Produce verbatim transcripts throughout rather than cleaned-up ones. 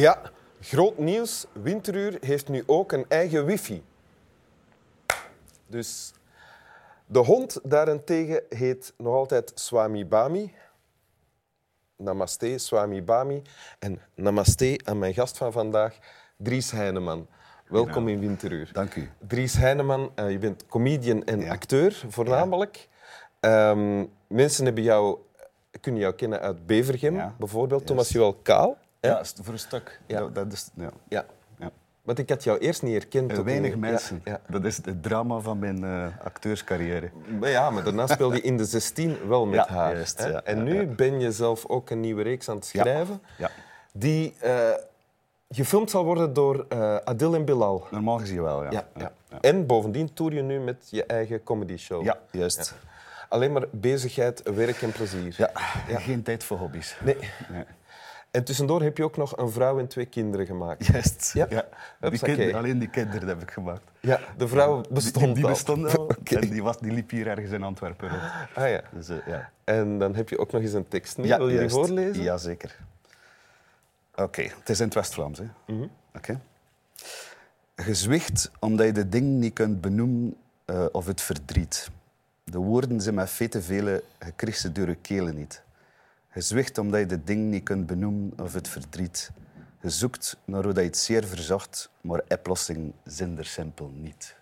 Ja, groot nieuws. Winteruur heeft nu ook een eigen wifi. Dus de hond daarentegen heet nog altijd Swami Bami. Namaste, Swami Bami. En namaste aan mijn gast van vandaag, Dries Heineman. Welkom in Winteruur. Dank u. Dries Heineman, uh, je bent comedian en ja. acteur voornamelijk. Ja. Um, mensen hebben jou, kunnen jou kennen uit Bevergem, ja. bijvoorbeeld. Yes. Toen was je wel kaal. Hè? Ja, voor een stuk. Ja. Dat, dat is, ja. Ja. Ja. Want ik had jou eerst niet herkend. Uh, weinig mensen. Ja. Ja. Dat is het drama van mijn uh, acteurscarrière. Maar ja, maar daarna speelde je in de zestien wel met ja, haar. Juist, hè? ja, en ja, nu ja. ben je zelf ook een nieuwe reeks aan het schrijven. Ja. Ja. Die uh, gefilmd zal worden door uh, Adil en Bilal. Normaal gezien wel, ja. ja, ja. ja, ja. En bovendien toer je nu met je eigen comedy show. Ja, juist. Ja. Alleen maar bezigheid, werk en plezier. Ja, ja. Geen tijd voor hobby's. Nee. nee. En tussendoor heb je ook nog een vrouw en twee kinderen gemaakt. Juist. Ja. Ja. Die kind, alleen die kinderen heb ik gemaakt. Ja, de vrouw bestond die, die al. bestond al. Okay. En die, was, die liep hier ergens in Antwerpen rond. Ah ja. Dus, uh, ja. En dan heb je ook nog eens een tekst mee. Ja, wil je juist. die voorlezen? Jazeker. Oké, okay. Het is in het West-Vlaams. Hè? Mm-hmm. Oké. Okay. Gezwicht omdat je de ding niet kunt benoemen uh, of het verdriet. De woorden zijn met veel te vele, je krijgt ze door je kelen niet. Je zwicht omdat je de ding niet kunt benoemen of het verdriet. Je zoekt naar hoe je het zeer verzacht, maar oplossing zin er simpel niet.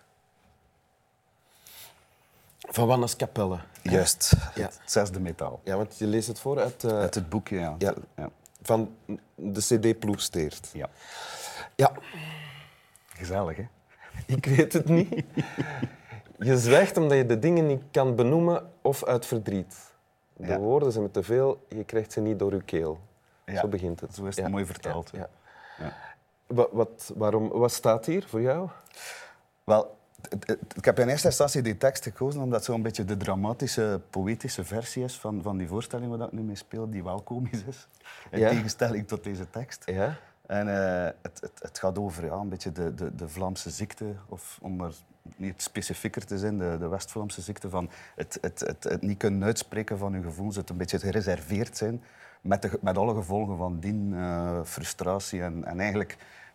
Van Wannes Capelle. Juist, ja. Het zesde metaal. Ja, want je leest het voor uit... Uh... Uit het boekje, ja. ja. ja. Van de cd Ploegsteert. Ja. Ja. Gezellig, hè? Ik weet het niet. Je zwijgt omdat je de dingen niet kan benoemen of uit verdriet. De ja. woorden zijn met te veel, je krijgt ze niet door je keel. Ja. Zo begint het. Zo is het ja. mooi vertaald. Ja. Ja. Ja. Wat, wat, waarom, wat staat hier voor jou? Wel, ik heb in eerste instantie die tekst gekozen omdat het zo'n beetje de dramatische, poëtische versie is van, van die voorstelling waar ik nu mee speel, die wel komisch is. In ja. tegenstelling tot deze tekst. Ja. En uh, het, het, het gaat over ja, een beetje de, de, de Vlaamse ziekte, of om maar niet specifieker te zijn, de, de West-Vlaamse ziekte van het, het, het, het niet kunnen uitspreken van je gevoelens, het een beetje gereserveerd zijn, met, de, met alle gevolgen van dien, uh, frustratie en, en eigenlijk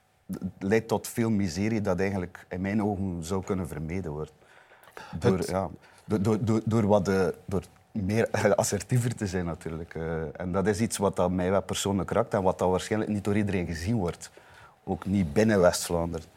leidt tot veel miserie dat eigenlijk in mijn ogen zou kunnen vermeden worden. Door, het... ja, door, door, door, door, wat de, door meer assertiever te zijn natuurlijk. Uh, en dat is iets wat dat mij wel persoonlijk raakt en wat dat waarschijnlijk niet door iedereen gezien wordt. Ook niet binnen West-Vlaanderen.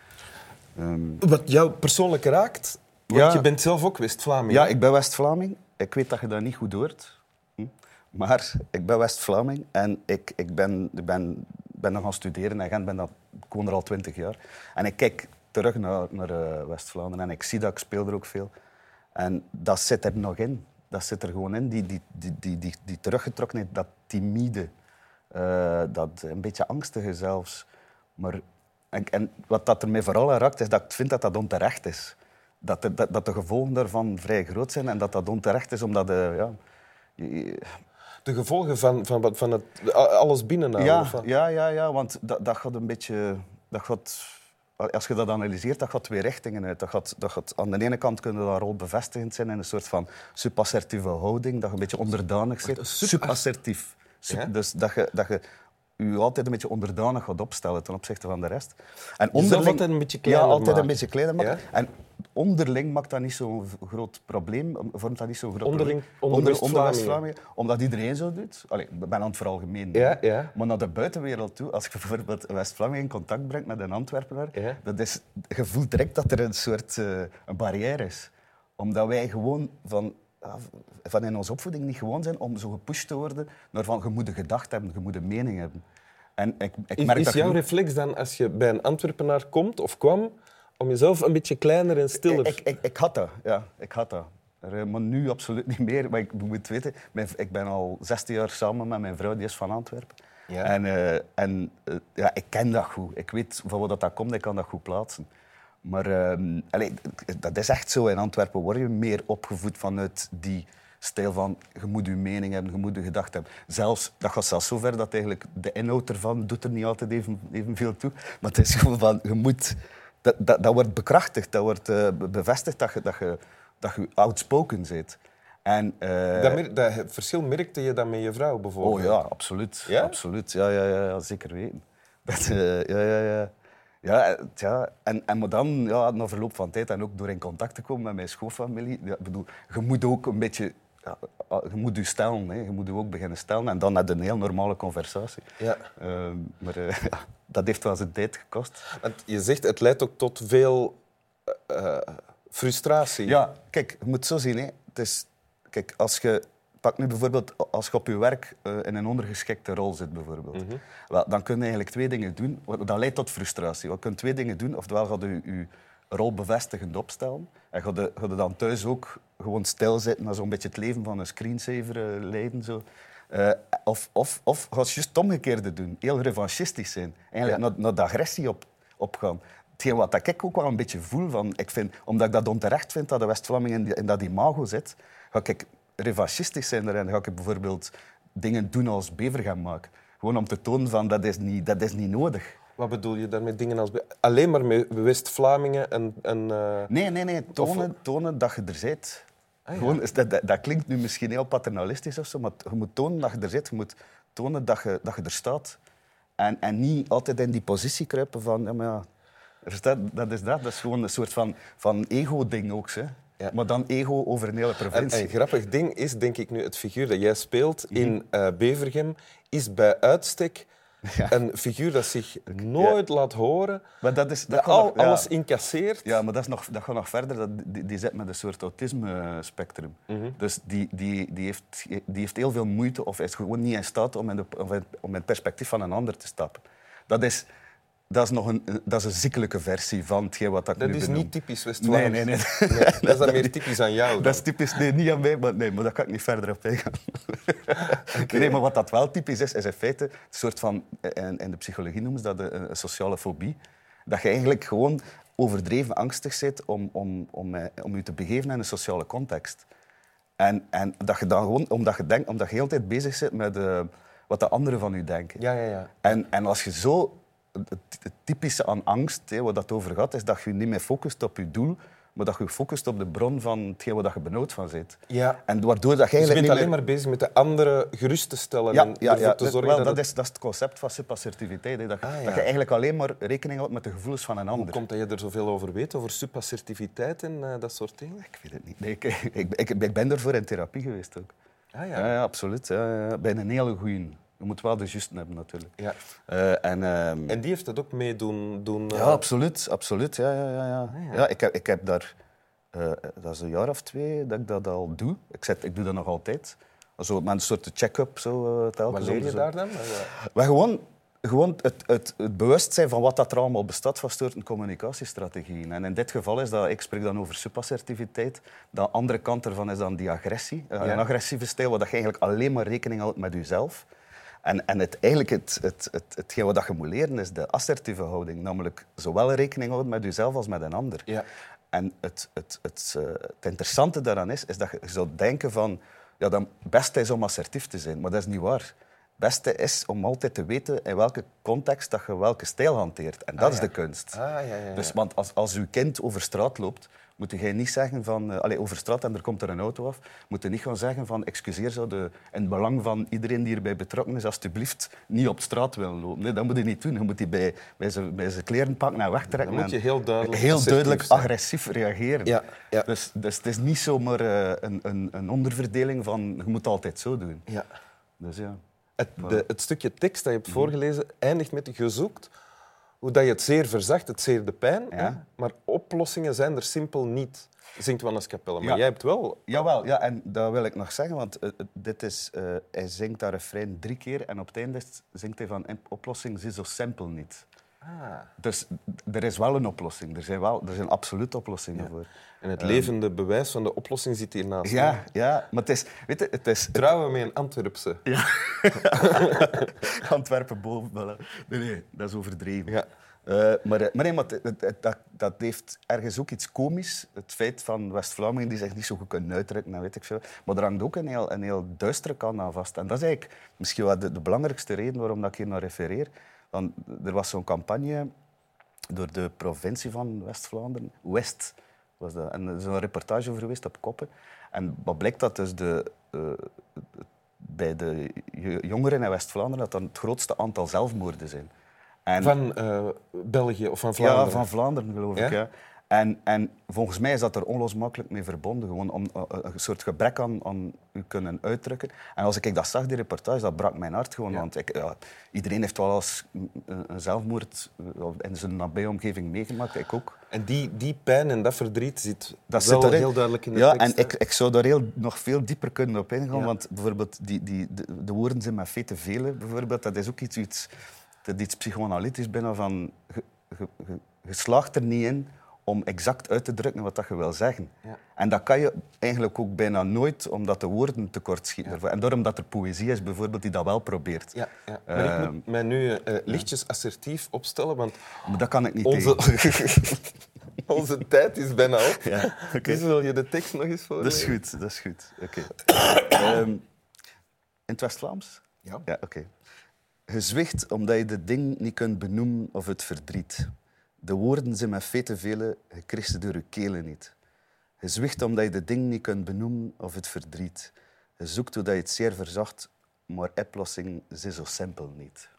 Um, wat jou persoonlijk raakt? Want ja, je bent zelf ook West-Vlaming. Ja, ik ben West-Vlaming. Ik weet dat je dat niet goed hoort. Hm? Maar ik ben West-Vlaming en ik, ik ben, ik ben, ben nog gaan studeren in Gent. Ben dat, ik woon er al twintig jaar. En ik kijk terug naar, naar uh, West-Vlaanderen en ik zie dat, ik speel er ook veel. En dat zit er nog in. Dat zit er gewoon in, die, die, die, die, die, die teruggetrokkenheid, dat timide, uh, dat een beetje angstige zelfs. Maar, en, en wat dat er mij vooral aan raakt, is dat ik vind dat dat onterecht is. Dat de, dat, dat de gevolgen daarvan vrij groot zijn en dat dat onterecht is, omdat... Uh, ja, je, de gevolgen van, van, van het, alles binnenhouden? Ja, ja, ja, ja, want dat, dat gaat een beetje... Dat gaat, als je dat analyseert, dat gaat twee richtingen uit. Dat gaat, dat gaat, aan de ene kant kunnen dat rol bevestigend zijn in een soort van subassertieve houding, dat je een beetje onderdanig zit. Subassertief. Sub, ja? Dus dat je, dat je je altijd een beetje onderdanig gaat opstellen ten opzichte van de rest. En onderling, altijd een beetje kleiner Ja, altijd maken. een beetje kleiner maken. Ja? En onderling maakt dat niet zo'n groot probleem. Vormt dat niet zo'n groot onderling, probleem. Onder, onder West-Vlamingen. Omdat iedereen zo doet. Allee, ik ben aan het veralgemeen. Ja, ja. Maar naar de buitenwereld toe, als je bijvoorbeeld West-Vlamingen in contact brengt met een Antwerpenaar, ja. dat is, je voelt direct dat er een soort uh, een barrière is. Omdat wij gewoon van... van in onze opvoeding niet gewoon zijn om zo gepusht te worden naar van je moet een gedachte hebben, je moet een mening hebben. En ik, ik merk is dat jouw je... reflex dan, als je bij een Antwerpenaar komt of kwam, om jezelf een beetje kleiner en stiller... Ik, ik, ik had dat, ja. Ik had dat. Maar nu absoluut niet meer. Maar ik moet weten, ik ben al zestien jaar samen met mijn vrouw, die is van Antwerpen. Ja. En, uh, en uh, ja, ik ken dat goed. Ik weet van waar dat komt, ik kan dat goed plaatsen. Maar uh, allez, dat is echt zo. In Antwerpen word je meer opgevoed vanuit die stijl van je moet je mening hebben, je moet je gedachte hebben. Zelfs, dat gaat zelfs zover dat eigenlijk de inhoud ervan doet er niet altijd even, evenveel toe. Maar het is gewoon van, je moet... Dat, dat, dat wordt bekrachtigd, dat wordt uh, bevestigd dat je, dat je, dat je outspoken bent. En, uh, dat, mer- dat verschil merkte je dan met je vrouw bijvoorbeeld? Oh ja, absoluut. Ja? absoluut. Ja, ja, ja, ja, zeker weten. Dat, uh, ja, ja, ja. Ja, ja. En, en maar dan, ja, na verloop van tijd en ook door in contact te komen met mijn schoonfamilie, ja, bedoel, je moet ook een beetje... Ja, je moet je stellen, hè. Je moet je ook beginnen stellen en dan heb je een heel normale conversatie. Ja. Uh, maar uh, ja, dat heeft wel zijn tijd gekost. Want je zegt, het leidt ook tot veel uh, frustratie. Ja, kijk, je moet zo zien. Hè. Het is, kijk, als je... Pak nu bijvoorbeeld, als je op je werk uh, in een ondergeschikte rol zit, bijvoorbeeld. Mm-hmm. Wel, dan kun je eigenlijk twee dingen doen. Dat leidt tot frustratie. Je kunt twee dingen doen. Oftewel ga je je rol bevestigend opstellen. En ga je, ga je dan thuis ook gewoon stilzitten en zo'n beetje het leven van een screensaver uh, leiden. Zo. Uh, of, of, of ga je juist het omgekeerde doen. Heel revanchistisch zijn. Eigenlijk ja. naar, naar de agressie op, opgaan. Hetgeen wat ik ook wel een beetje voel, van, ik vind, omdat ik dat onterecht vind dat de West-Vlamingen in, in dat imago zit, ga ik revanchistisch zijn daarin. Dan ga ik bijvoorbeeld dingen doen als Bevergem maken. Gewoon om te tonen van dat is niet, dat is niet nodig. Wat bedoel je daarmee dingen als... Be- Alleen maar met West-Vlamingen en... en uh... Nee, nee, nee. Tonen, of... tonen dat je er bent. Ah, ja. Gewoon, dat, dat, dat klinkt nu misschien heel paternalistisch of zo, maar je moet tonen dat je er zit. Je moet tonen dat je, dat je er staat. En, en niet altijd in die positie kruipen van... Ja, maar ja, dat, dat is dat. Dat is gewoon een soort van, van ego-ding ook. Hè. Ja. Maar dan ego over een hele provincie. En een grappig ding is, denk ik nu, het figuur dat jij speelt in uh, Bevergem is bij uitstek ja. een figuur dat zich nooit ja. laat horen, maar dat is, dat dat al, nog, ja. alles incasseert. Ja, maar dat, is nog, dat gaat nog verder. Dat, die, die zit met een soort autisme-spectrum. Mm-hmm. Dus die, die, die, heeft, die heeft heel veel moeite of is gewoon niet in staat om in, de, om in het perspectief van een ander te stappen. Dat is... Dat is, nog een, dat is een ziekelijke versie van hetgeen wat ik dat nu is benoem. niet typisch West-Vlaams. Nee, nee, nee. nee. Dat is dan meer typisch aan jou. Dan. Dat is typisch, nee, niet aan mij, maar, nee, maar daar kan ik niet verder op ingaan. Okay. Nee, maar wat dat wel typisch is, is in feite een soort van, in, in de psychologie noemen ze dat een, een sociale fobie. Dat je eigenlijk gewoon overdreven angstig zit om, om, om, om je te begeven in een sociale context. En, en dat je dan gewoon, omdat je, denkt, omdat je de hele tijd bezig zit met uh, wat de anderen van je denken. Ja, ja, ja. En, en als je zo... Het typische aan angst, hè, wat dat over gaat, is dat je niet meer focust op je doel, maar dat je focust op de bron van hetgeen waar je benauwd van zit. Ja. En waardoor dat je, dus je bent niet alleen meer... maar bezig met de anderen gerust te stellen ja, en ja, ervoor ja, te dat, zorgen wel, dat... dat, het... is, dat is het concept van subassertiviteit. Hè, dat, ah, ja. dat je eigenlijk alleen maar rekening houdt met de gevoelens van een ander. Hoe komt dat je er zoveel over weet, over subassertiviteit en uh, dat soort dingen? Ik weet het niet. Nee, ik, ik, ik, ik ben daarvoor in therapie geweest ook. Ah, ja. Ja, ja, absoluut. Ja, ja. Bij een hele goeie. Je moet wel de juisten hebben, natuurlijk. Ja. Uh, en, um... en die heeft dat ook mee doen... doen uh... Ja, absoluut. absoluut. Ja, ja, ja, ja. Ah, ja. Ja, ik, heb, ik heb daar... Uh, dat is een jaar of twee dat ik dat al doe. Ik, zet, ik doe dat nog altijd. Zo, met een soort check-up. Zo, uh, telkens. Wat leer je zo. daar dan? Maar gewoon gewoon het, het, het bewustzijn van wat dat er allemaal bestaat van soorten communicatiestrategieën. En in dit geval is dat, ik spreek dan over subassertiviteit. De andere kant ervan is dan die agressie. Uh, ja. Een agressieve stijl, waar je eigenlijk alleen maar rekening houdt met jezelf. En, en het, eigenlijk het, het, het, hetgeen wat je moet leren is de assertieve houding. Namelijk zowel rekening houden met jezelf als met een ander. Ja. En het, het, het, uh, het interessante daaraan is, is dat je zou denken van... Ja, dan het beste is om assertief te zijn, maar dat is niet waar. Het beste is om altijd te weten in welke context dat je welke stijl hanteert. En dat ah, is ja. de kunst. Ah, ja, ja, ja. Dus, want als, als uw kind over straat loopt, moet je niet zeggen van... Uh, allez, over straat en er komt er een auto af. Moet je niet gaan zeggen van... Excuseer, zo de, in het belang van iedereen die erbij betrokken is, alsjeblieft niet op straat willen lopen. Nee, dat moet je niet doen. Je moet die bij, bij, zijn, bij zijn kleren pakken en wegtrekken. Dan moet je heel duidelijk, heel duidelijk agressief reageren. Ja, ja. Dus, dus het is niet zomaar uh, een, een, een onderverdeling van... Je moet altijd zo doen. Ja. Dus ja... Het, de, het stukje tekst dat je hebt voorgelezen eindigt met gezoekt hoe dat je het zeer verzacht, het zeer de pijn. Ja. Hè? Maar oplossingen zijn er simpel niet. Zingt Wannes Capelle. Maar ja. jij hebt wel... Jawel, ja, en dat wil ik nog zeggen, want uh, dit is, uh, hij zingt dat refrein drie keer en op het einde zingt hij van oplossing is zo simpel niet. Ah. Dus er is wel een oplossing. Er zijn, wel, er zijn absoluut oplossingen ja. voor. En het levende um, bewijs van de oplossing zit hiernaast. Ja, hè? ja, maar het is... Weet je, het is trouwen met een Antwerpse. Ja. Antwerpen boven. Voilà. Nee, nee, dat is overdreven. Ja. Uh, maar, maar nee, maar het, het, het, dat, dat heeft ergens ook iets komisch. Het feit van West-Vlamingen die zich niet zo goed kunnen uitdrukken, en weet ik veel. Maar er hangt ook een heel, een heel duistere kant aan vast. En dat is eigenlijk misschien wel de, de belangrijkste reden waarom dat ik hier naar refereer. Dan, er was zo'n campagne door de provincie van West-Vlaanderen, West was dat. En er is een reportage over geweest op Koppen. En wat blijkt dat dus de, uh, bij de jongeren in West-Vlaanderen dat dan het grootste aantal zelfmoorden zijn. En, van uh, België of van Vlaanderen? Ja, van Vlaanderen geloof ik. Ja? Ja. En, en volgens mij is dat er onlosmakelijk mee verbonden. Gewoon om uh, een soort gebrek aan, aan u kunnen uitdrukken. En als ik dat zag, die reportage, dat brak mijn hart gewoon. Ja. Want ik, ja, iedereen heeft wel eens een zelfmoord in zijn nabije omgeving meegemaakt. Ik ook. En die, die pijn en dat verdriet zit dat wel zit heel duidelijk in de ja, tekst. En ik, ik zou daar heel, nog veel dieper kunnen op ingaan. Ja. Want bijvoorbeeld die, die, de, de woorden zijn met veel te vele. Bijvoorbeeld, dat is ook iets, iets, dat iets psychoanalytisch bijna van... Je, je, je, je slaagt er niet in om exact uit te drukken wat dat je wil zeggen. Ja. En dat kan je eigenlijk ook bijna nooit, omdat de woorden tekort schieten. Ja. En daarom dat er poëzie is, bijvoorbeeld, die dat wel probeert. Ja, ja. Maar uh, ik moet mij nu uh, lichtjes assertief opstellen, want... Maar dat kan ik niet onze... Onze tijd is bijna op. Ja, okay. Dus wil je de tekst nog eens voorlezen? Dat is goed, dat is goed. Okay. um, in het West-Vlaams? Ja. Ja, oké. Okay. Je zwicht omdat je de ding niet kunt benoemen of het verdriet. De woorden zijn met veel te vele, je krijgt ze door je kelen niet. Je zwicht omdat je de ding niet kunt benoemen of het verdriet. Je zoekt hoe dat je het zeer verzacht, maar oplossing is zo simpel niet.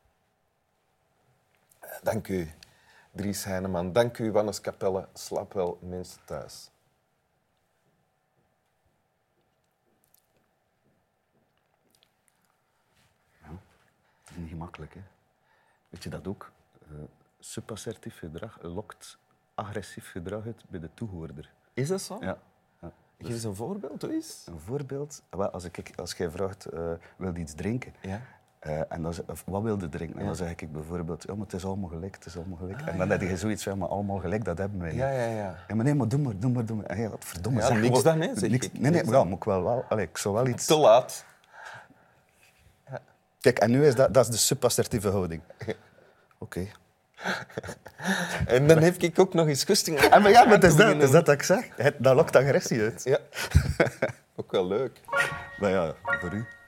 Dank u, Dries Heineman. Dank u, Wannes Capelle. Slaap wel, mensen thuis. Ja, dat is niet gemakkelijk, hè. Weet je dat ook? Uh, subassertief gedrag lokt agressief gedrag uit bij de toehoorder. Is dat zo? Ja. Ja. Dus geef eens een voorbeeld, hoe is? Een voorbeeld? Als, ik, als jij vraagt, uh, wil je iets drinken? Ja. Uh, en dan, of, wat wil je drinken? En ja. dan zeg ik bijvoorbeeld, ja, maar het is allemaal gelijk, het is allemaal gelijk. Ah, en dan ja. heb je zoiets van, maar allemaal gelijk, dat hebben wij. Ja, ja, ja. Ja, maar nee, maar doe maar, doe maar, doe maar. En ja, wat verdomme. Ja, zeg, niks wat, dan, hè? Zeg niks, ik. Nee, nee, maar ja, moet ik wel, wel allez, ik zou wel iets... Te laat. Kijk, en nu is dat, dat is de subassertieve houding. Oké. Okay. En dan heb ik ook nog eens gusting. En maar ja, maar het is dat, is dat dat ik zeg. Dat lokt agressie uit. Ja. Ook wel leuk. Maar ja, voor u.